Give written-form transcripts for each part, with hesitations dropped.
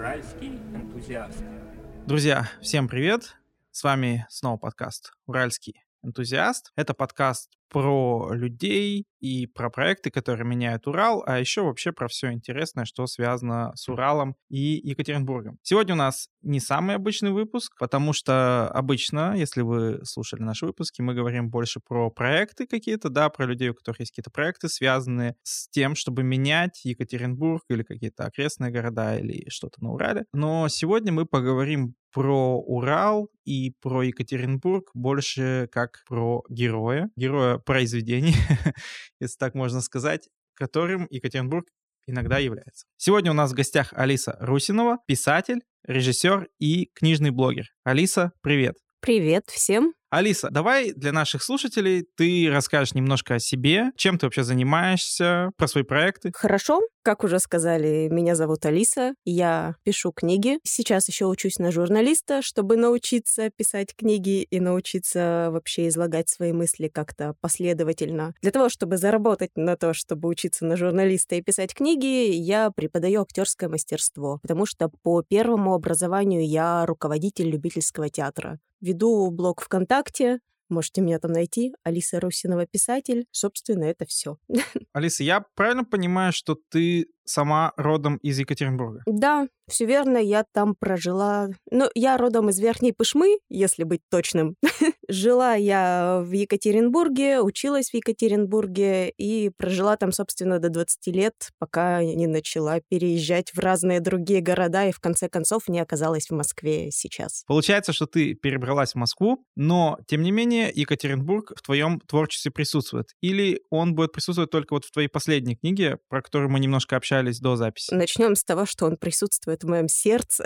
Уральский энтузиаст. Друзья, всем привет! С вами снова подкаст «Уральский энтузиаст». Это подкаст про людей и про проекты, которые меняют Урал, а еще вообще про все интересное, что связано с Уралом и Екатеринбургом. Сегодня у нас не самый обычный выпуск, потому что обычно, если вы слушали наши выпуски, мы говорим больше про проекты какие-то, да, про людей, у которых есть какие-то проекты, связанные с тем, чтобы менять Екатеринбург или какие-то окрестные города или что-то на Урале. Но сегодня мы поговорим про Урал и про Екатеринбург больше как про героя произведений, если так можно сказать, которым Екатеринбург иногда является. Сегодня у нас в гостях Алиса Русинова, писатель, режиссер и книжный блогер. Алиса, привет! Привет всем! Алиса, давай для наших слушателей ты расскажешь немножко о себе, чем ты вообще занимаешься, про свои проекты. Хорошо. Как уже сказали, меня зовут Алиса, я пишу книги. Сейчас еще учусь на журналиста, чтобы научиться писать книги и научиться вообще излагать свои мысли как-то последовательно. Для того, чтобы заработать на то, чтобы учиться на журналиста и писать книги, я преподаю актерское мастерство, потому что по первому образованию я руководитель любительского театра. Веду блог ВКонтакте, можете меня там найти, Алиса Русинова, писатель. Собственно, это все. Алиса, я правильно понимаю, что ты сама родом из Екатеринбурга? Да, все верно, я там прожила... Ну, я родом из Верхней Пышмы, если быть точным. Жила я в Екатеринбурге, училась в Екатеринбурге и прожила там, собственно, до 20 лет, пока не начала переезжать в разные другие города и, в конце концов, не оказалась в Москве сейчас. Получается, что ты перебралась в Москву, но, тем не менее, Екатеринбург в твоем творчестве присутствует. Или он будет присутствовать только вот в твоей последней книге, про которую мы немножко общались до записи? Начнем с того, что он присутствует в моем сердце.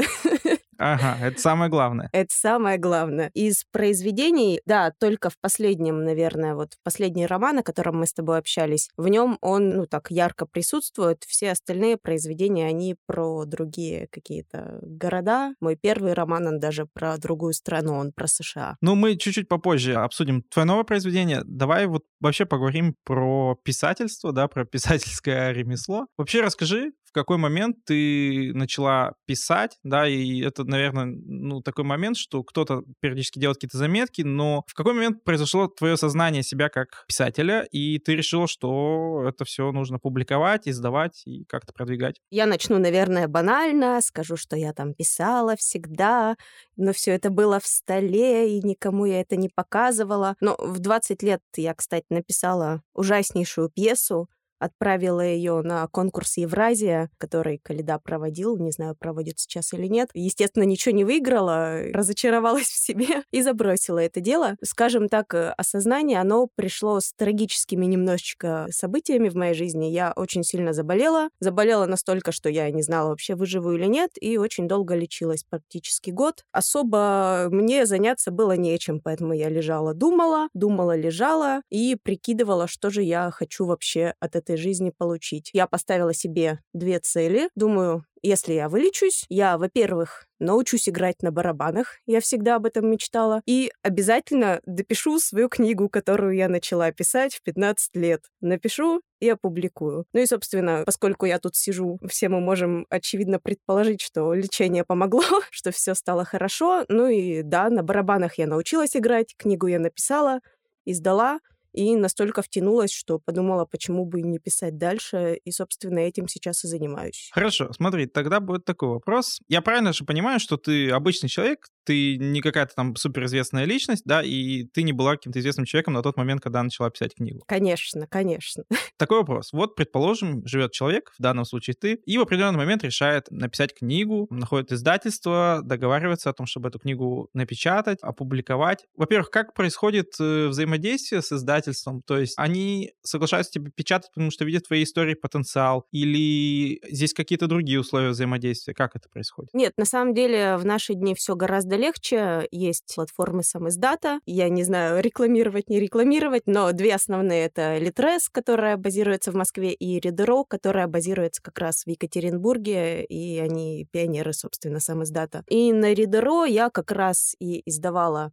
Ага, это самое главное. Это самое главное. Из произведений, да, только в последнем, наверное, вот в последний роман, о котором мы с тобой общались, в нем он, ну, так ярко присутствует. Все остальные произведения, они про другие какие-то города. Мой первый роман, он даже про другую страну, он про США. Ну, мы чуть-чуть попозже обсудим твое новое произведение. Давай вот вообще поговорим про писательство, да, про писательское ремесло. Вообще расскажи, в какой момент ты начала писать, да, и это, наверное, ну, такой момент, что кто-то периодически делает какие-то заметки, но в какой момент произошло твое сознание себя как писателя, и ты решила, что это все нужно публиковать, издавать и как-то продвигать? Я начну, наверное, банально, скажу, что я там писала всегда, но все это было в столе, и никому я это не показывала. Но в 20 лет я, кстати, написала ужаснейшую пьесу, отправила ее на конкурс «Евразия», который Коляда проводил, не знаю, проводит сейчас или нет. Естественно, ничего не выиграла, разочаровалась в себе и забросила это дело. Скажем так, осознание, оно пришло с трагическими немножечко событиями в моей жизни. Я очень сильно заболела. Заболела настолько, что я не знала вообще, выживу или нет, и очень долго лечилась, практически год. Особо мне заняться было нечем, поэтому я лежала, думала, лежала и прикидывала, что же я хочу вообще от этой жизни получить. Я поставила себе 2 цели. Думаю, если я вылечусь, я, во-первых, научусь играть на барабанах. Я всегда об этом мечтала. И обязательно допишу свою книгу, которую я начала писать в 15 лет. Напишу и опубликую. Ну и, собственно, поскольку я тут сижу, все мы можем, очевидно, предположить, что лечение помогло, что все стало хорошо. Ну и да, на барабанах я научилась играть, книгу я написала, издала. И настолько втянулась, что подумала, почему бы не писать дальше, и, собственно, этим сейчас и занимаюсь. Хорошо, смотри, тогда будет такой вопрос. Я правильно же понимаю, что ты обычный человек, ты не какая-то там суперизвестная личность, да, и ты не была каким-то известным человеком на тот момент, когда начала писать книгу? Конечно, конечно. Такой вопрос. Вот, предположим, живет человек, в данном случае ты, и в определенный момент решает написать книгу, находит издательство, договаривается о том, чтобы эту книгу напечатать, опубликовать. Во-первых, как происходит взаимодействие с издательством? То есть они соглашаются тебе печатать, потому что видят в твоей истории потенциал? Или здесь какие-то другие условия взаимодействия? Как это происходит? Нет, на самом деле в наши дни все гораздо легче. Есть платформы самиздата. Я не знаю, рекламировать, не рекламировать, но 2 основные — это Литрес, которая базируется в Москве, и Ридеро, которая базируется как раз в Екатеринбурге, и они пионеры, собственно, самиздата. И на Ридеро я как раз и издавала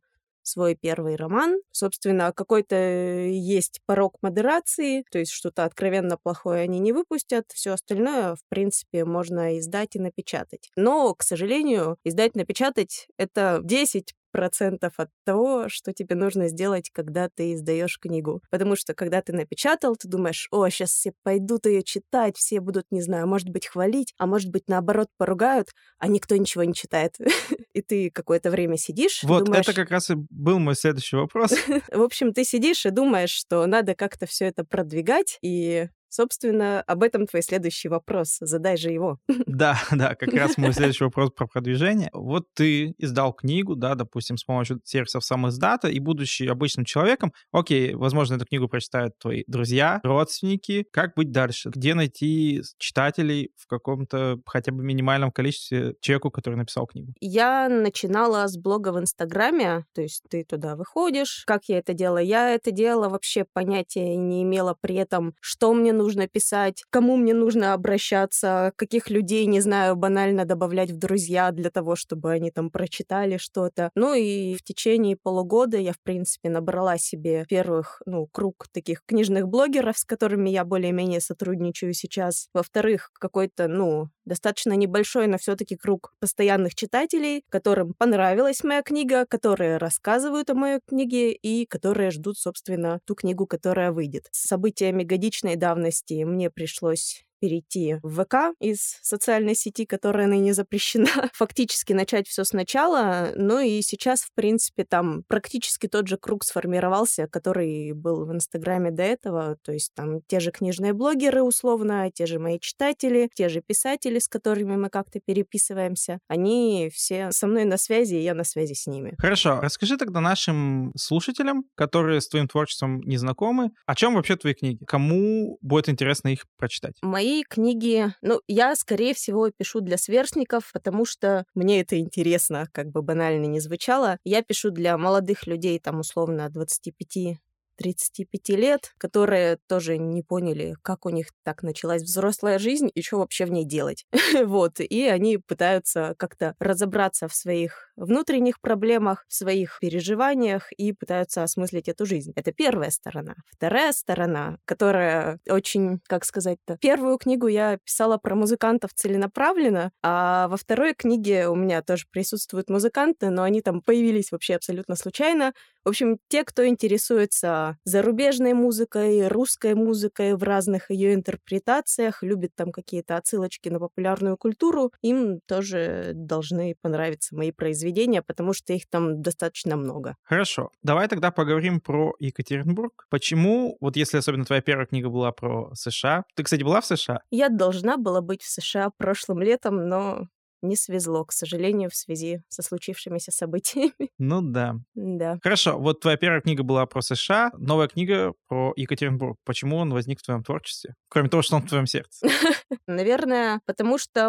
свой первый роман. Собственно, какой-то есть порог модерации, то есть что-то откровенно плохое они не выпустят. Все остальное, в принципе, можно издать и напечатать. Но, к сожалению, издать, напечатать — это 10% от того, что тебе нужно сделать, когда ты издаешь книгу. Потому что, когда ты напечатал, ты думаешь: о, сейчас все пойдут ее читать, все будут, не знаю, может быть, хвалить, а может быть, наоборот, поругают, а никто ничего не читает. И ты какое-то время сидишь, Вот думаешь... это как раз и был мой следующий вопрос. В общем, ты сидишь и думаешь, что надо как-то все это продвигать, и, собственно, об этом твой следующий вопрос. Задай же его. Да, как раз мой следующий вопрос про продвижение. Вот ты издал книгу, да, допустим, с помощью сервисов самоиздата, и будучи обычным человеком, окей, возможно, эту книгу прочитают твои друзья, родственники. Как быть дальше? Где найти читателей в каком-то хотя бы минимальном количестве человеку, который написал книгу? Я начинала с блога в Инстаграме, то есть ты туда выходишь. Как я это делала? Я это делала, вообще понятия не имела при этом, что мне нужно писать, кому мне нужно обращаться, каких людей, не знаю, банально добавлять в друзья для того, чтобы они там прочитали что-то. Ну и в течение полугода я, в принципе, набрала себе первых, круг таких книжных блогеров, с которыми я более-менее сотрудничаю сейчас. Во-вторых, какой-то, достаточно небольшой, но все-таки круг постоянных читателей, которым понравилась моя книга, которые рассказывают о моей книге и которые ждут, собственно, ту книгу, которая выйдет. С событиями годичной давности мне пришлось перейти в ВК из социальной сети, которая ныне запрещена, фактически начать все сначала. Ну и сейчас, в принципе, там практически тот же круг сформировался, который был в Инстаграме до этого. То есть там те же книжные блогеры, условно, те же мои читатели, те же писатели, с которыми мы как-то переписываемся. Они все со мной на связи, и я на связи с ними. Хорошо, расскажи тогда нашим слушателям, которые с твоим творчеством не знакомы, о чем вообще твои книги? Кому будет интересно их прочитать? Мои книги, я, скорее всего, пишу для сверстников, потому что мне это интересно, как бы банально не звучало. Я пишу для молодых людей, там, условно, 25-35 лет, которые тоже не поняли, как у них так началась взрослая жизнь и что вообще в ней делать. Вот. И они пытаются как-то разобраться в своих внутренних проблемах, в своих переживаниях и пытаются осмыслить эту жизнь. Это первая сторона. Вторая сторона, которая очень, как сказать-то... Первую книгу я писала про музыкантов целенаправленно, а во второй книге у меня тоже присутствуют музыканты, но они там появились вообще абсолютно случайно. В общем, те, кто интересуется зарубежной музыкой, русской музыкой в разных ее интерпретациях, любит там какие-то отсылочки на популярную культуру, им тоже должны понравиться мои произведения, потому что их там достаточно много. Хорошо. Давай тогда поговорим про Екатеринбург. Почему, вот если особенно твоя первая книга была про США... Ты, кстати, была в США? Я должна была быть в США прошлым летом, но не свезло, к сожалению, в связи со случившимися событиями. Ну да. Да. Хорошо, вот твоя первая книга была про США, новая книга про Екатеринбург. Почему он возник в твоем творчестве? Кроме того, что он в твоем сердце. Наверное, потому что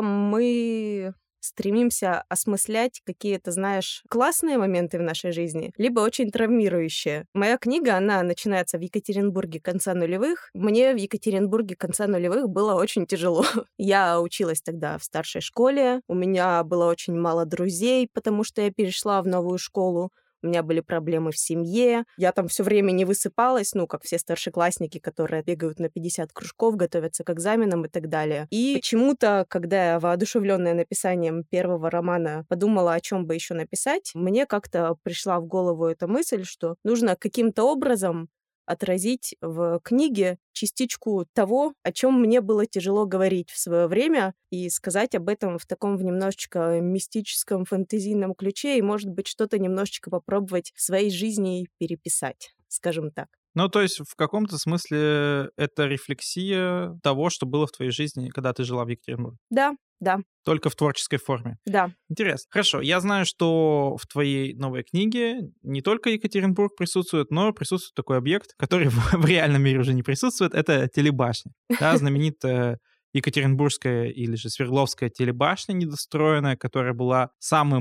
мы стремимся осмыслять какие-то, знаешь, классные моменты в нашей жизни, либо очень травмирующие. Моя книга, она начинается в Екатеринбурге конца нулевых. Мне в Екатеринбурге конца нулевых было очень тяжело. Я училась тогда в старшей школе, у меня было очень мало друзей, потому что я перешла в новую школу. У меня были проблемы в семье, я там все время не высыпалась, как все старшеклассники, которые бегают на 50 кружков, готовятся к экзаменам и так далее. И почему-то, когда я, воодушевленная написанием первого романа, подумала, о чем бы еще написать, мне как-то пришла в голову эта мысль, что нужно каким-то образом отразить в книге частичку того, о чем мне было тяжело говорить в свое время, и сказать об этом в таком немножечко мистическом, фэнтезийном ключе, и, может быть, что-то немножечко попробовать в своей жизни переписать, скажем так. Ну, то есть в каком-то смысле это рефлексия того, что было в твоей жизни, когда ты жила в Екатеринбурге? Да. Только в творческой форме? Да. Интересно. Хорошо, я знаю, что в твоей новой книге не только Екатеринбург присутствует, но присутствует такой объект, который в реальном мире уже не присутствует, это телебашня. Да, знаменитая Екатеринбургская или же Свердловская телебашня недостроенная, которая была самым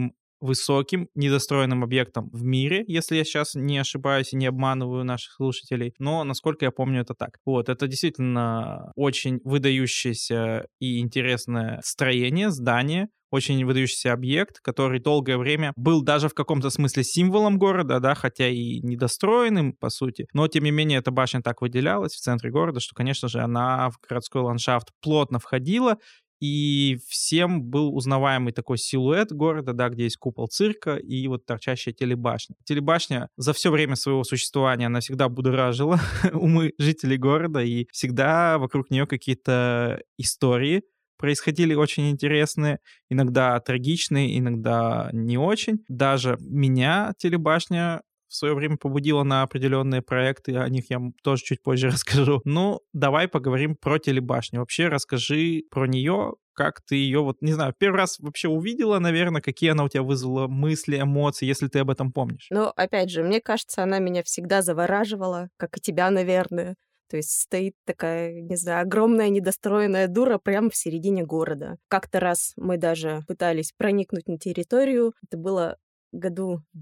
высоким недостроенным объектом в мире, если я сейчас не ошибаюсь и не обманываю наших слушателей, но, насколько я помню, это так. Вот, это действительно очень выдающееся и интересное строение, здание, очень выдающийся объект, который долгое время был даже в каком-то смысле символом города, да, хотя и недостроенным, по сути, но, тем не менее, эта башня так выделялась в центре города, что, конечно же, она в городской ландшафт плотно входила, и всем был узнаваемый такой силуэт города, да, где есть купол цирка и вот торчащая телебашня. Телебашня за все время своего существования, она всегда будоражила умы жителей города, и всегда вокруг нее какие-то истории происходили очень интересные, иногда трагичные, иногда не очень. Даже меня телебашня в свое время побудила на определенные проекты, о них я тоже чуть позже расскажу. Ну, давай поговорим про телебашню. Вообще расскажи про нее, как ты ее, вот, не знаю, первый раз вообще увидела, наверное, какие она у тебя вызвала мысли, эмоции, если ты об этом помнишь. Ну, опять же, мне кажется, она меня всегда завораживала, как и тебя, наверное. То есть стоит такая, не знаю, огромная недостроенная дура прямо в середине города. Как-то раз мы даже пытались проникнуть на территорию. Это было году в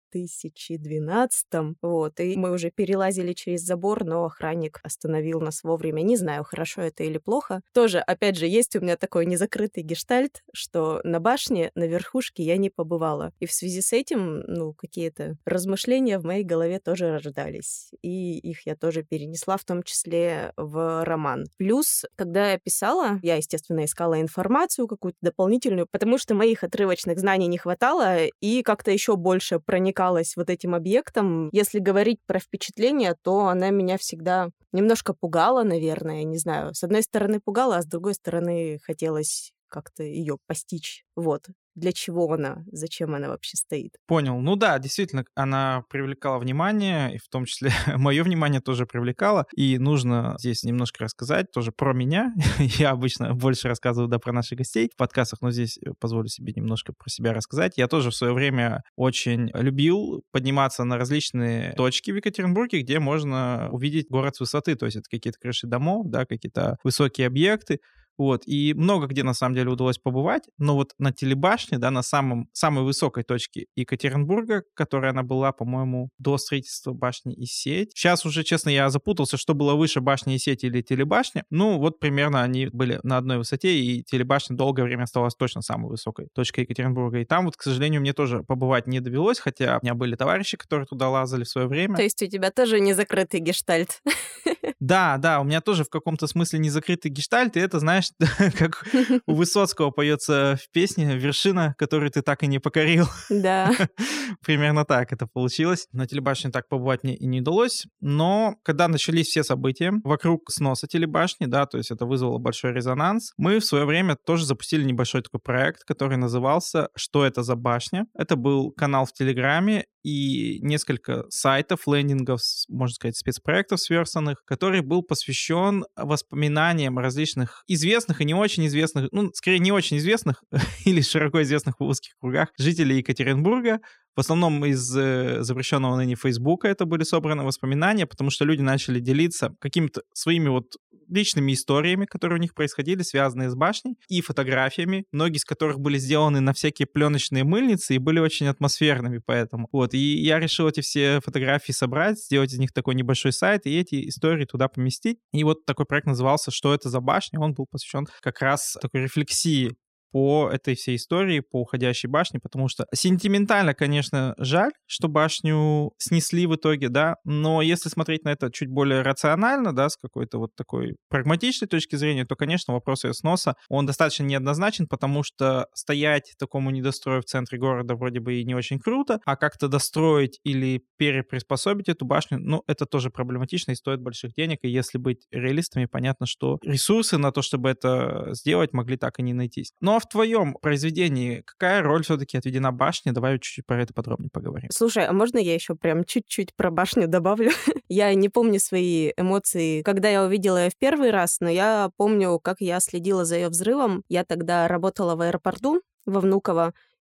2012-м, вот, и мы уже перелазили через забор, но охранник остановил нас вовремя. Не знаю, хорошо это или плохо. Тоже, опять же, есть у меня такой незакрытый гештальт, что на башне, на верхушке я не побывала. И в связи с этим, ну, какие-то размышления в моей голове тоже рождались. И их я тоже перенесла, в том числе в роман. Плюс, когда я писала, я, естественно, искала информацию какую-то дополнительную, потому что моих отрывочных знаний не хватало, и как-то еще больше проникалась вот этим объектом. Если говорить про впечатление, то она меня всегда немножко пугала, наверное, не знаю. С одной стороны пугала, а с другой стороны хотелось как-то ее постичь. Вот. Для чего она? Зачем она вообще стоит? Понял. Ну да, действительно, она привлекала внимание, и в том числе мое внимание тоже привлекала. И нужно здесь немножко рассказать тоже про меня. Я обычно больше рассказываю, да, про наших гостей в подкастах, но здесь позволю себе немножко про себя рассказать. Я тоже в свое время очень любил подниматься на различные точки в Екатеринбурге, где можно увидеть город с высоты. То есть это какие-то крыши домов, да, какие-то высокие объекты. Вот, и много где, на самом деле, удалось побывать, но вот на телебашне, да, на самой высокой точке Екатеринбурга, которая она была, по-моему, до строительства башни и сеть. Сейчас уже, честно, я запутался, что было выше, башни и сеть или телебашня. Ну, вот примерно они были на одной высоте, и телебашня долгое время оставалась точно самой высокой точкой Екатеринбурга. И там вот, к сожалению, мне тоже побывать не довелось, хотя у меня были товарищи, которые туда лазали в свое время. То есть у тебя тоже не закрытый гештальт? Да, у меня тоже в каком-то смысле не закрытый гештальт, и это, знаешь, как у Высоцкого поется в песне «Вершина, которую ты так и не покорил». Да. Примерно так это получилось. На телебашне так побывать мне и не удалось, но когда начались все события вокруг сноса телебашни, да, то есть это вызвало большой резонанс, мы в свое время тоже запустили небольшой такой проект, который назывался «Что это за башня?». Это был канал в Телеграме и несколько сайтов, лендингов, можно сказать, спецпроектов сверстанных, который был посвящен воспоминаниям различных известных и не очень известных, ну, скорее не очень известных или широко известных в узких кругах жителей Екатеринбурга. В основном из запрещенного ныне Фейсбука это были собраны воспоминания, потому что люди начали делиться какими-то своими вот личными историями, которые у них происходили, связанные с башней, и фотографиями, многие из которых были сделаны на всякие пленочные мыльницы и были очень атмосферными поэтому. Вот, и я решил эти все фотографии собрать, сделать из них такой небольшой сайт и эти истории туда поместить. И вот такой проект назывался «Что это за башня?». Он был посвящен как раз такой рефлексии по этой всей истории, по уходящей башне, потому что сентиментально, конечно, жаль, что башню снесли в итоге, да, но если смотреть на это чуть более рационально, да, с какой-то вот такой прагматичной точки зрения, то, конечно, вопрос ее сноса, он достаточно неоднозначен, потому что стоять такому недострою в центре города вроде бы и не очень круто, а как-то достроить или переприспособить эту башню, ну, это тоже проблематично и стоит больших денег, и если быть реалистами, понятно, что ресурсы на то, чтобы это сделать, могли так и не найтись. Ну, а в твоем произведении какая роль все-таки отведена башне? Давай чуть-чуть про это подробнее поговорим. Слушай, а можно я еще прям чуть-чуть про башню добавлю? Я не помню свои эмоции, когда я увидела ее в первый раз, но я помню, как я следила за ее взрывом. Я тогда работала в аэропорту во Внуково,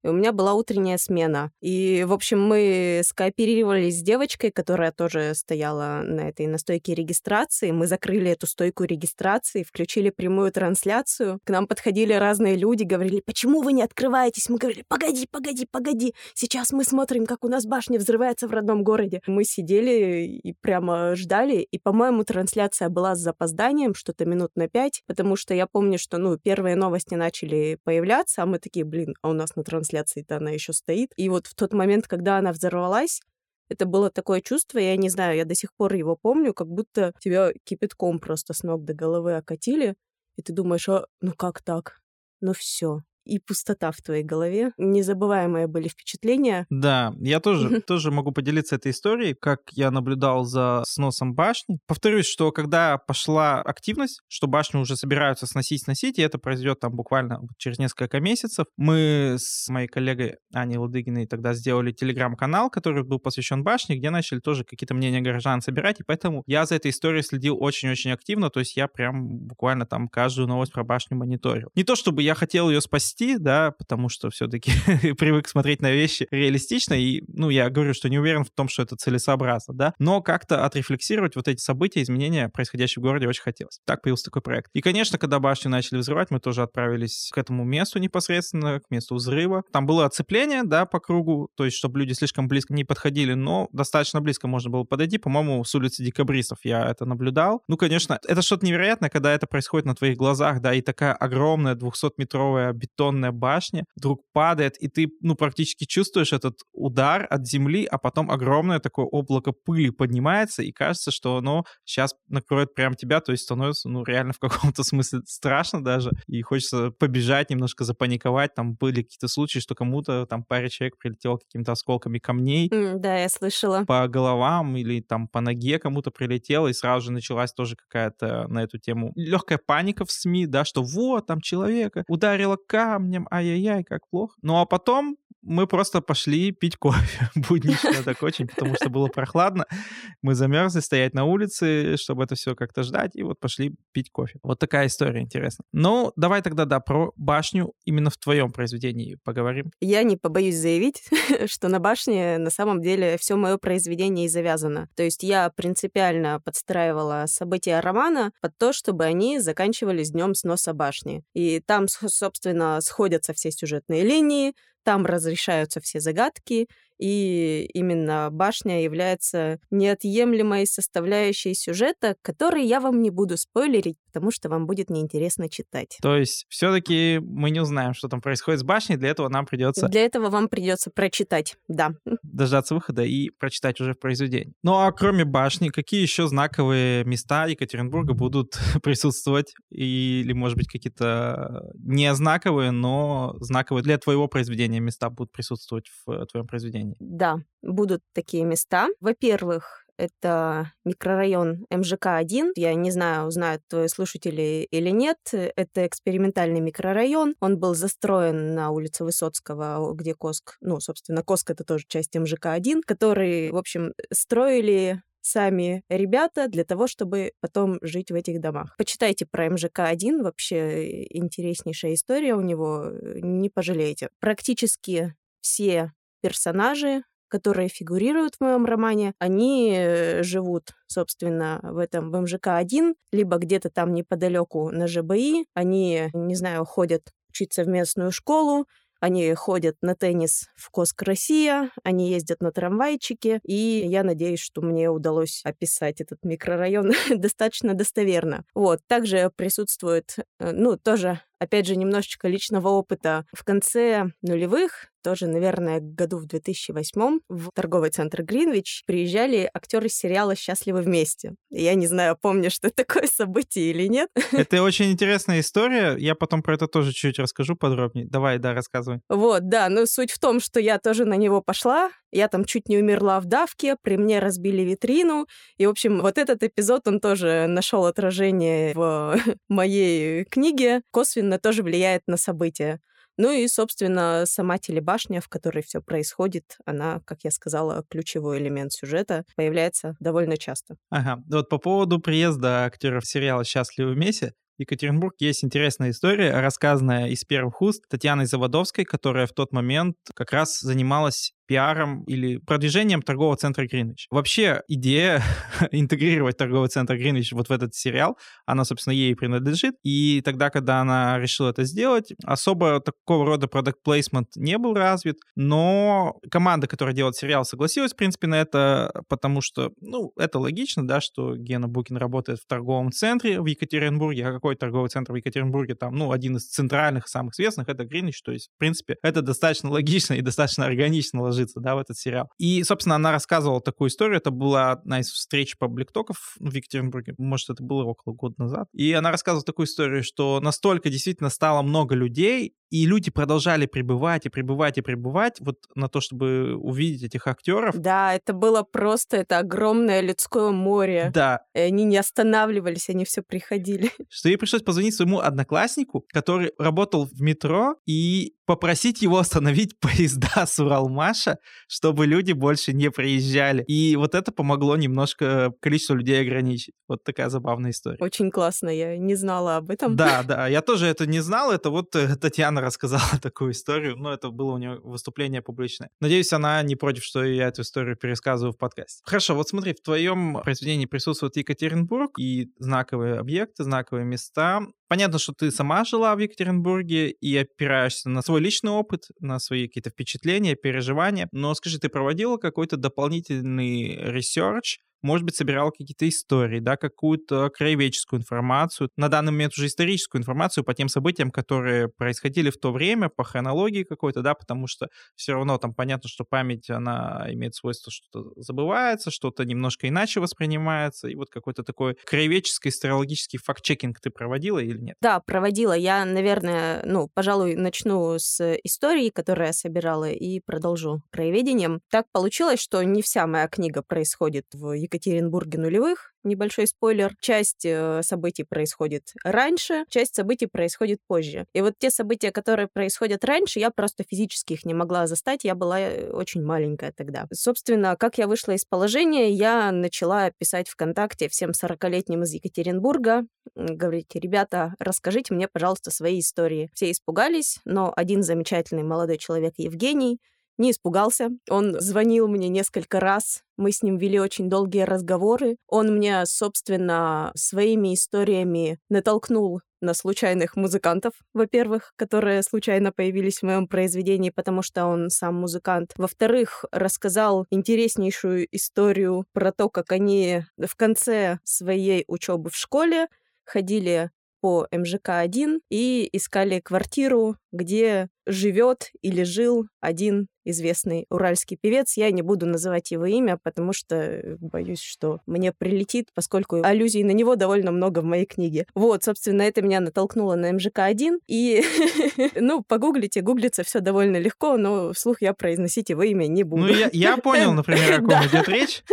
и у меня была утренняя смена. И, в общем, мы скооперировались с девочкой, которая тоже стояла на стойке регистрации. Мы закрыли эту стойку регистрации, включили прямую трансляцию. К нам подходили разные люди, говорили: почему вы не открываетесь? Мы говорили: погоди. Сейчас мы смотрим, как у нас башня взрывается в родном городе. Мы сидели и прямо ждали. И, по-моему, трансляция была с запозданием, что-то минут на 5, потому что я помню, что, первые новости начали появляться, а мы такие: а у нас на трансляции-то она еще стоит. И вот в тот момент, когда она взорвалась, это было такое чувство, я не знаю, я до сих пор его помню, как будто тебя кипятком просто с ног до головы окатили, и ты думаешь: как так? Все. И пустота в твоей голове. Незабываемые были впечатления. Да, я тоже могу поделиться этой историей, как я наблюдал за сносом башни. Повторюсь, что когда пошла активность, что башню уже собираются сносить, и это произойдет там буквально через несколько месяцев, мы с моей коллегой Аней Ладыгиной тогда сделали телеграм-канал, который был посвящен башне, где начали тоже какие-то мнения горожан собирать, и поэтому я за этой историей следил очень-очень активно, то есть я прям буквально там каждую новость про башню мониторил. Не то чтобы я хотел ее спасти, да, потому что все-таки привык смотреть на вещи реалистично, и, я говорю, что не уверен в том, что это целесообразно, да, но как-то отрефлексировать вот эти события, изменения, происходящие в городе, очень хотелось. Так появился такой проект. И, конечно, когда башню начали взрывать, мы тоже отправились к этому месту непосредственно, к месту взрыва. Там было оцепление, да, по кругу, то есть, чтобы люди слишком близко не подходили, но достаточно близко можно было подойти, по-моему, с улицы Декабристов я это наблюдал. Конечно, это что-то невероятное, когда это происходит на твоих глазах, да, и такая огромная 200-метровая бетонная башня вдруг падает, и ты, практически чувствуешь этот удар от земли, а потом огромное такое облако пыли поднимается, и кажется, что оно сейчас накроет прямо тебя, то есть становится, реально в каком-то смысле страшно даже, и хочется побежать, немножко запаниковать. Там были какие-то случаи, что кому-то, там, паре человек прилетело какими-то осколками камней. Да, я слышала. По головам или там по ноге кому-то прилетело, и сразу же началась тоже какая-то на эту тему легкая паника в СМИ, да, что вот, там человека ударило камнем, ай-яй-яй, как плохо. А потом мы просто пошли пить кофе. Буднично так очень, потому что было прохладно. Мы замерзли стоять на улице, чтобы это все как-то ждать, и вот пошли пить кофе. Вот такая история интересная. Давай тогда, да, про башню именно в твоем произведении поговорим. Я не побоюсь заявить, что на башне на самом деле все мое произведение и завязано. То есть я принципиально подстраивала события романа под то, чтобы они заканчивались днем сноса башни. И там, собственно, сходятся все сюжетные линии, там разрешаются все загадки, и именно башня является неотъемлемой составляющей сюжета, который я вам не буду спойлерить, потому что вам будет неинтересно читать. То есть все-таки мы не узнаем, что там происходит с башней, для этого нам придется... Для этого вам придется прочитать, да. Дождаться выхода и прочитать уже в произведении. А кроме башни, какие еще знаковые места Екатеринбурга будут присутствовать? Или, может быть, какие-то не знаковые, но знаковые для твоего произведения места будут присутствовать в твоем произведении? Да, будут такие места. Во-первых, это микрорайон МЖК-1. Я не знаю, узнают твои слушатели или нет. Это экспериментальный микрорайон. Он был застроен на улице Высоцкого, где Коск. Собственно, Коск — это тоже часть МЖК-1, который, в общем, строили сами ребята для того, чтобы потом жить в этих домах. Почитайте про МЖК-1, вообще интереснейшая история у него, не пожалеете. Практически все персонажи, которые фигурируют в моем романе, они живут, собственно, в МЖК-1, либо где-то там неподалеку на ЖБИ. Они, не знаю, ходят учиться в местную школу, они ходят на теннис в Коск Россия, они ездят на трамвайчике, и я надеюсь, что мне удалось описать этот микрорайон достаточно достоверно. Также присутствует, тоже, опять же, немножечко личного опыта. В конце нулевых, тоже, наверное, году в 2008 в торговый центр Гринвич приезжали актеры сериала «Счастливы вместе». Я не знаю, помнишь ты такое событие или нет. Это очень интересная история. Я потом про это тоже чуть-чуть расскажу подробнее. Давай, да, рассказывай. Суть в том, что я тоже на него пошла. Я там чуть не умерла в давке, при мне разбили витрину. И, в общем, вот этот эпизод, он тоже нашел отражение в моей книге. Косвенно тоже влияет на события. И, собственно, сама телебашня, в которой все происходит, она, как я сказала, ключевой элемент сюжета, появляется довольно часто. Ага. По поводу приезда актеров сериала «Счастливы вместе», В Екатеринбурге есть интересная история, рассказанная из первых уст Татьяной Заводовской, которая в тот момент как раз занималась пиаром или продвижением торгового центра Гринвич. Вообще идея интегрировать торговый центр Гринвич вот в этот сериал, она, собственно, ей принадлежит. И тогда, когда она решила это сделать, особо такого рода продакт-плейсмент не был развит, но команда, которая делает сериал, согласилась, в принципе, на это, потому что, это логично, да, что Гена Букин работает в торговом центре в Екатеринбурге, а какой торговый центр в Екатеринбурге, там, один из центральных, самых известных, это Гринвич, то есть, в принципе, это достаточно логично и достаточно органично ложится, да, в этот сериал. И, собственно, она рассказывала такую историю, это была одна из встреч пабликтоков в Екатеринбурге, может, это было около года назад, и она рассказывала такую историю, что настолько действительно стало много людей, и люди продолжали прибывать и прибывать и прибывать вот на то, чтобы увидеть этих актеров. Да, это было просто, это огромное людское море. Да. И они не останавливались, они все приходили. Что ей пришлось позвонить своему однокласснику, который работал в метро, и попросить его остановить поезда с Уралмаша, чтобы люди больше не приезжали. И вот это помогло немножко количество людей ограничить. Вот такая забавная история. Очень классно, я не знала об этом. Да, я тоже это не знал, это вот Татьяна рассказала такую историю, но это было у нее выступление публичное. Надеюсь, она не против, что я эту историю пересказываю в подкасте. Хорошо, вот смотри, в твоем произведении присутствует Екатеринбург и знаковые объекты, знаковые места. Понятно, что ты сама жила в Екатеринбурге и опираешься на свой личный опыт, на свои какие-то впечатления, переживания. Но скажи, ты проводила какой-то дополнительный ресерч? Может быть, собирала какие-то истории, да, какую-то краеведческую информацию, на данный момент уже историческую информацию по тем событиям, которые происходили в то время, по хронологии какой-то, да, потому что все равно там понятно, что память, она имеет свойство, что-то забывается, что-то немножко иначе воспринимается, и вот какой-то такой краеведческий, исторический факт-чекинг ты проводила или нет? Да, проводила. Я, наверное, пожалуй, начну с истории, которую я собирала, и продолжу краеведением. Так получилось, что не вся моя книга происходит в Екатеринбурге нулевых. Небольшой спойлер. Часть событий происходит раньше, часть событий происходит позже. И вот те события, которые происходят раньше, я просто физически их не могла застать, я была очень маленькая тогда. Собственно, как я вышла из положения, я начала писать ВКонтакте всем 40-летним из Екатеринбурга, говорить: ребята, расскажите мне, пожалуйста, свои истории. Все испугались, но один замечательный молодой человек, Евгений, не испугался. Он звонил мне несколько раз. Мы с ним вели очень долгие разговоры. Он мне, собственно, своими историями натолкнул на случайных музыкантов, во-первых, которые случайно появились в моем произведении, потому что он сам музыкант. Во-вторых, рассказал интереснейшую историю про то, как они в конце своей учебы в школе ходили по МЖК-1 и искали квартиру, где живет или жил один известный уральский певец. Я не буду называть его имя, потому что боюсь, что мне прилетит, поскольку аллюзий на него довольно много в моей книге. Вот, собственно, это меня натолкнуло на МЖК-1. И, погуглите, гуглится все довольно легко, но вслух я произносить его имя не буду. Я понял, например, о ком идет речь.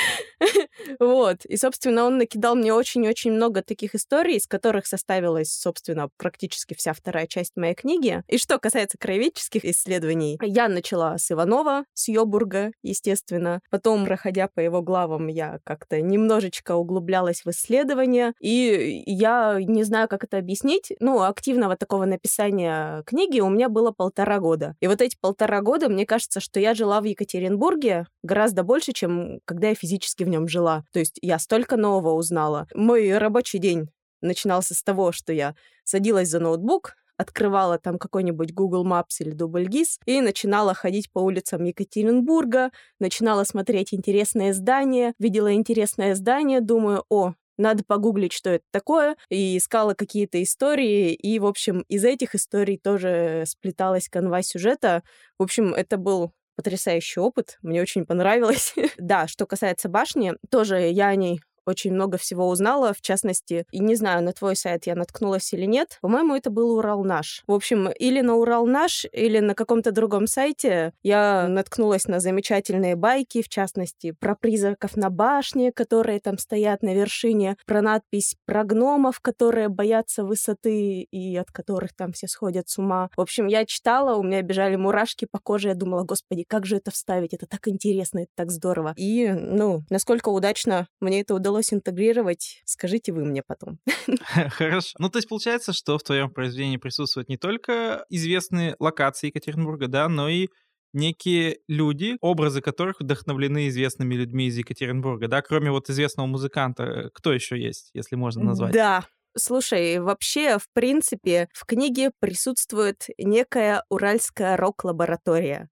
Вот. И, собственно, он накидал мне очень-очень много таких историй, из которых составилась, собственно, практически вся вторая часть моей книги. И что касается краеведческих исследований, я начала с Иванова, с Йобурга, естественно. Потом, проходя по его главам, я как-то немножечко углублялась в исследования. И я не знаю, как это объяснить. Активного такого написания книги у меня было 1,5 года. И вот эти 1,5 года, мне кажется, что я жила в Екатеринбурге гораздо больше, чем когда я физически в нем жила. То есть я столько нового узнала. Мой рабочий день начинался с того, что я садилась за ноутбук, открывала там какой-нибудь Google Maps или Дубльгиз и начинала ходить по улицам Екатеринбурга, начинала смотреть интересные здания, видела интересное здание, думаю: надо погуглить, что это такое, и искала какие-то истории, и, в общем, из этих историй тоже сплеталась канва сюжета. В общем, это был потрясающий опыт, мне очень понравилось. Да, что касается башни, тоже я о ней очень много всего узнала, в частности, и не знаю, на твой сайт я наткнулась или нет, по-моему, это был Уралнаш. В общем, или на Уралнаш, или на каком-то другом сайте я наткнулась на замечательные байки, в частности, про призраков на башне, которые там стоят на вершине, про надпись про гномов, которые боятся высоты и от которых там все сходят с ума. В общем, я читала, у меня бежали мурашки по коже, я думала: господи, как же это вставить, это так интересно, это так здорово. И, насколько удачно мне это удалось удалось интегрировать, скажите вы мне потом. Хорошо. Ну, то есть получается, что в твоем произведении присутствуют не только известные локации Екатеринбурга, да, но и некие люди, образы которых вдохновлены известными людьми из Екатеринбурга, да, кроме вот известного музыканта, кто еще есть, если можно назвать? Да. Слушай, вообще, в принципе, в книге присутствует некая уральская рок-лаборатория.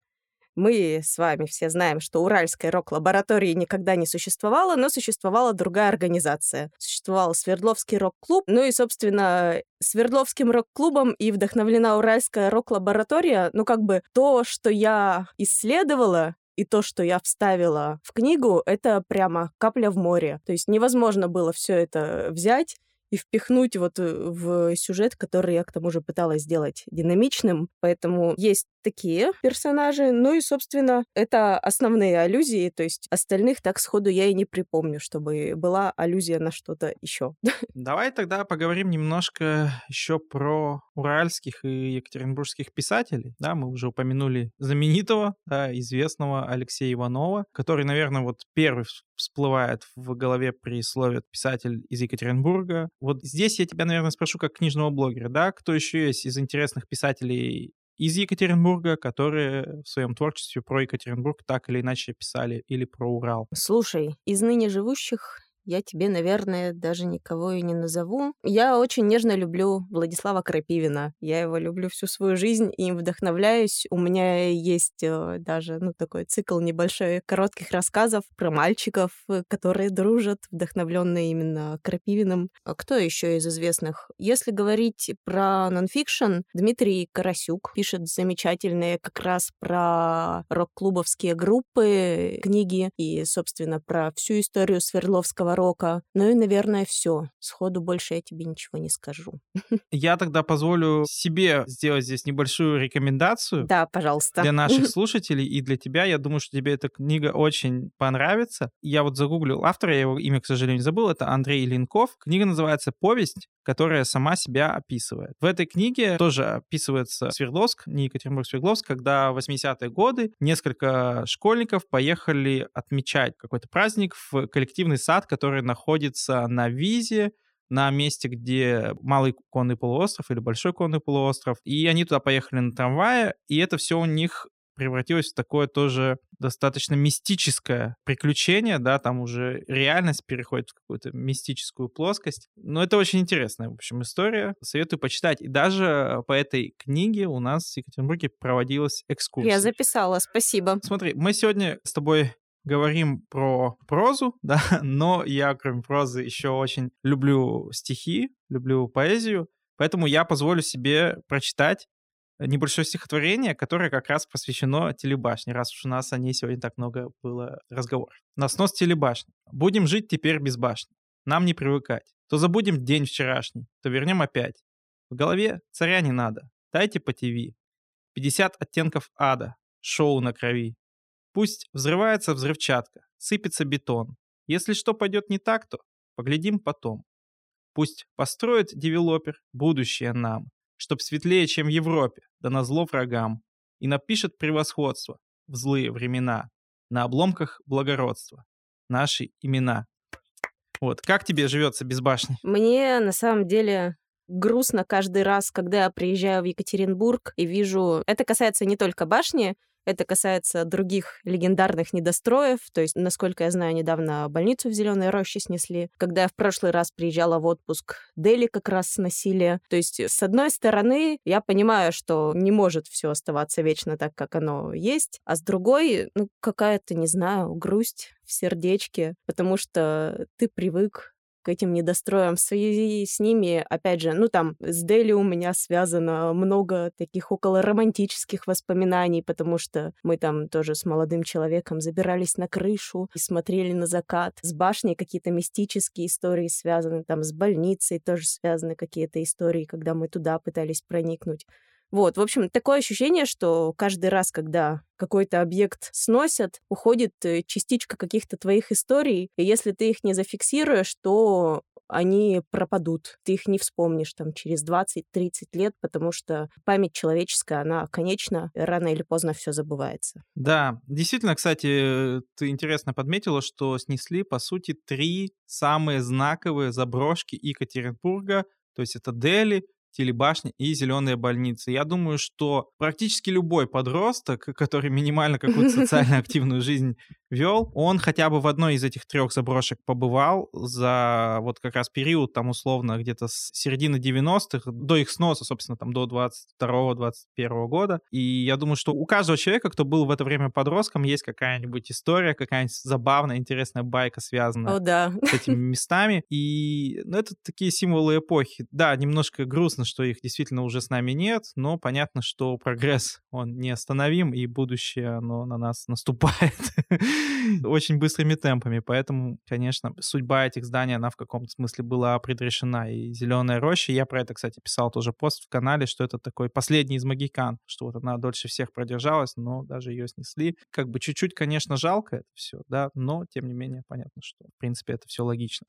Мы с вами все знаем, что уральской рок-лаборатории никогда не существовало, но существовала другая организация. Существовал Свердловский рок-клуб, ну и, собственно, Свердловским рок-клубом и вдохновлена уральская рок-лаборатория. Ну, как бы то, что я исследовала, и то, что я вставила в книгу, это прямо капля в море. То есть невозможно было все это взять и впихнуть вот в сюжет, который я, к тому же, пыталась сделать динамичным. Поэтому есть такие персонажи. Ну и, собственно, это основные аллюзии. То есть остальных так сходу я и не припомню, чтобы была аллюзия на что-то еще. Давай тогда поговорим немножко еще про уральских и екатеринбургских писателей. Да, мы уже упомянули знаменитого, да, известного Алексея Иванова, который, наверное, вот первый всплывает в голове при слове «писатель из Екатеринбурга». Вот здесь я тебя, наверное, спрошу как книжного блогера, да, кто еще есть из интересных писателей из Екатеринбурга, которые в своем творчестве про Екатеринбург так или иначе писали, или про Урал? Слушай, из ныне живущих я тебе, наверное, даже никого и не назову. Я очень нежно люблю Владислава Крапивина. Я его люблю всю свою жизнь и им вдохновляюсь. У меня есть даже такой цикл небольшой коротких рассказов про мальчиков, которые дружат, вдохновленные именно Крапивиным. А кто еще из известных? Если говорить про нонфикшн, Дмитрий Карасюк пишет замечательные как раз про рок-клубовские группы книги и, собственно, про всю историю Свердловского рока. Ну и, наверное, все. Сходу больше я тебе ничего не скажу. Я тогда позволю себе сделать здесь небольшую рекомендацию. Да, пожалуйста. Для наших слушателей и для тебя. Я думаю, что тебе эта книга очень понравится. Я вот загуглил автора, я его имя, к сожалению, забыл. Это Андрей Ленков. Книга называется «Повесть», которая сама себя описывает. В этой книге тоже описывается Свердловск, не Екатеринбург, Свердловск, когда в 80-е годы несколько школьников поехали отмечать какой-то праздник в коллективный сад, который находится на Визе, на месте, где Малый конный полуостров или Большой конный полуостров. И они туда поехали на трамвае, и это все у них превратилось в такое тоже достаточно мистическое приключение, да, там уже реальность переходит в какую-то мистическую плоскость. Но это очень интересная, в общем, история. Советую почитать. И даже по этой книге у нас в Екатеринбурге проводилась экскурсия. Я записала, спасибо. Смотри, мы сегодня с тобой говорим про прозу, да, но я, кроме прозы, еще очень люблю стихи, люблю поэзию, поэтому я позволю себе прочитать небольшое стихотворение, которое как раз посвящено телебашне, раз уж у нас о ней сегодня так много было разговоров. На снос телебашни. Будем жить теперь без башни. Нам не привыкать. То забудем день вчерашний, то вернем опять. В голове царя не надо. Дайте по ТВ. 50 оттенков ада. Шоу на крови. Пусть взрывается взрывчатка, сыпется бетон. Если что пойдет не так, то поглядим потом. Пусть построит девелопер будущее нам, чтоб светлее, чем в Европе, да назло врагам, и напишет превосходство в злые времена на обломках благородства наши имена. Вот, как тебе живется без башни? Мне, на самом деле, грустно каждый раз, когда я приезжаю в Екатеринбург и вижу... Это касается не только башни, это касается других легендарных недостроев. То есть, насколько я знаю, недавно больницу в Зеленой Роще снесли. Когда я в прошлый раз приезжала в отпуск, Дели как раз сносили. То есть, с одной стороны, я понимаю, что не может все оставаться вечно так, как оно есть. А с другой, какая-то, не знаю, грусть в сердечке. Потому что ты привык к этим недостроям. В связи с ними, опять же, с Дели у меня связано много таких околоромантических воспоминаний, потому что мы там тоже с молодым человеком забирались на крышу и смотрели на закат. С башней какие-то мистические истории связаны, там с больницей тоже связаны какие-то истории, когда мы туда пытались проникнуть. Вот, в общем, такое ощущение, что каждый раз, когда какой-то объект сносят, уходит частичка каких-то твоих историй, и если ты их не зафиксируешь, то они пропадут. Ты их не вспомнишь там через 20-30 лет, потому что память человеческая, она конечна, и рано или поздно все забывается. Да, действительно, кстати, ты интересно подметила, что снесли, по сути, 3 самые знаковые заброшки Екатеринбурга, то есть это Дели, телебашня и зеленые больницы. Я думаю, что практически любой подросток, который минимально какую-то социально активную жизнь вел, он хотя бы в одной из этих 3 заброшек побывал за вот как раз период, там, условно, где-то с середины 90-х до их сноса, собственно, там, до 22-21 года. И я думаю, что у каждого человека, кто был в это время подростком, есть какая-нибудь история, какая-нибудь забавная, интересная байка, связанная с этими местами. И это такие символы эпохи. Да, немножко грустно, что их действительно уже с нами нет, но понятно, что прогресс, он неостановим, и будущее, оно на нас наступает очень быстрыми темпами, поэтому, конечно, судьба этих зданий, она в каком-то смысле была предрешена. И «Зеленая роща», я про это, кстати, писал тоже пост в канале, что это такой последний из могикан, что вот она дольше всех продержалась, но даже ее снесли. Как бы чуть-чуть, конечно, жалко это все, да, но, тем не менее, понятно, что, в принципе, это все логично.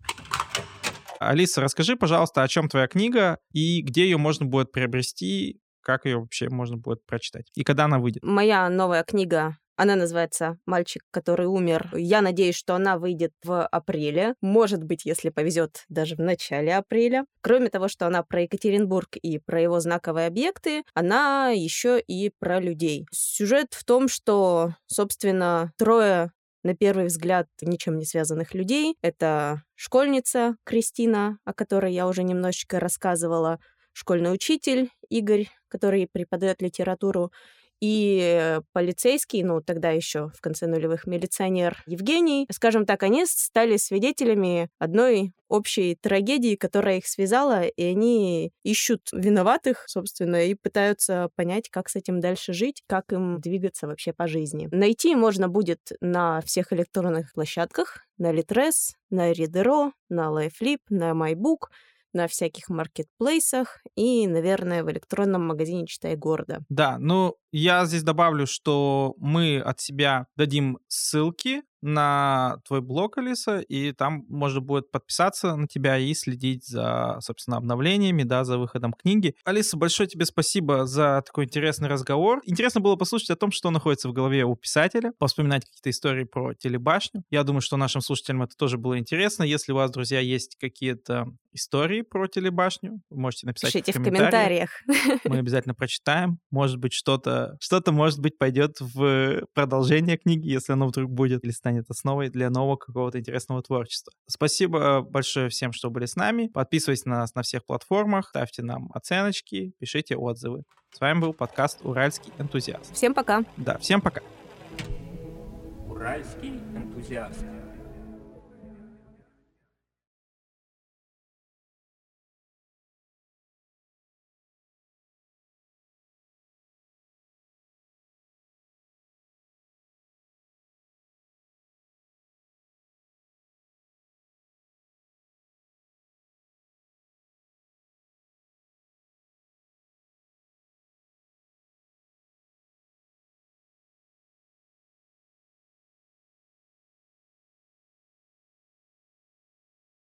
Алиса, расскажи, пожалуйста, о чем твоя книга и где ее можно будет приобрести, как ее вообще можно будет прочитать и когда она выйдет? Моя новая книга, она называется «Мальчик, который умер». Я надеюсь, что она выйдет в апреле. Может быть, если повезет, даже в начале апреля. Кроме того, что она про Екатеринбург и про его знаковые объекты, она еще и про людей. Сюжет в том, что, собственно, 3 на первый взгляд ничем не связанных людей. Это школьница Кристина, о которой я уже немножечко рассказывала, школьный учитель Игорь, который преподает литературу, и полицейский, тогда еще в конце нулевых милиционер Евгений. Скажем так, они стали свидетелями одной общей трагедии, которая их связала, и они ищут виноватых, собственно, и пытаются понять, как с этим дальше жить, как им двигаться вообще по жизни. Найти можно будет на всех электронных площадках, на Литрес, на Ридеро, на Лайфлип, на MyBook, на всяких маркетплейсах и, наверное, в электронном магазине «Читай города». Да, я здесь добавлю, что мы от себя дадим ссылки на твой блог, Алиса, и там можно будет подписаться на тебя и следить за, собственно, обновлениями, да, за выходом книги. Алиса, большое тебе спасибо за такой интересный разговор. Интересно было послушать о том, что находится в голове у писателя, повспоминать какие-то истории про телебашню. Я думаю, что нашим слушателям это тоже было интересно. Если у вас, друзья, есть какие-то истории про телебашню, вы можете написать Пишите в комментариях. комментариях. Мы обязательно прочитаем. Может быть, что-то, может быть, пойдет в продолжение книги, если оно вдруг будет, или станет основой для нового какого-то интересного творчества. Спасибо большое всем, что были с нами. Подписывайтесь на нас на всех платформах, ставьте нам оценочки, пишите отзывы. С вами был подкаст «Уральский энтузиаст». Всем пока. Да, всем пока. Уральский энтузиаст.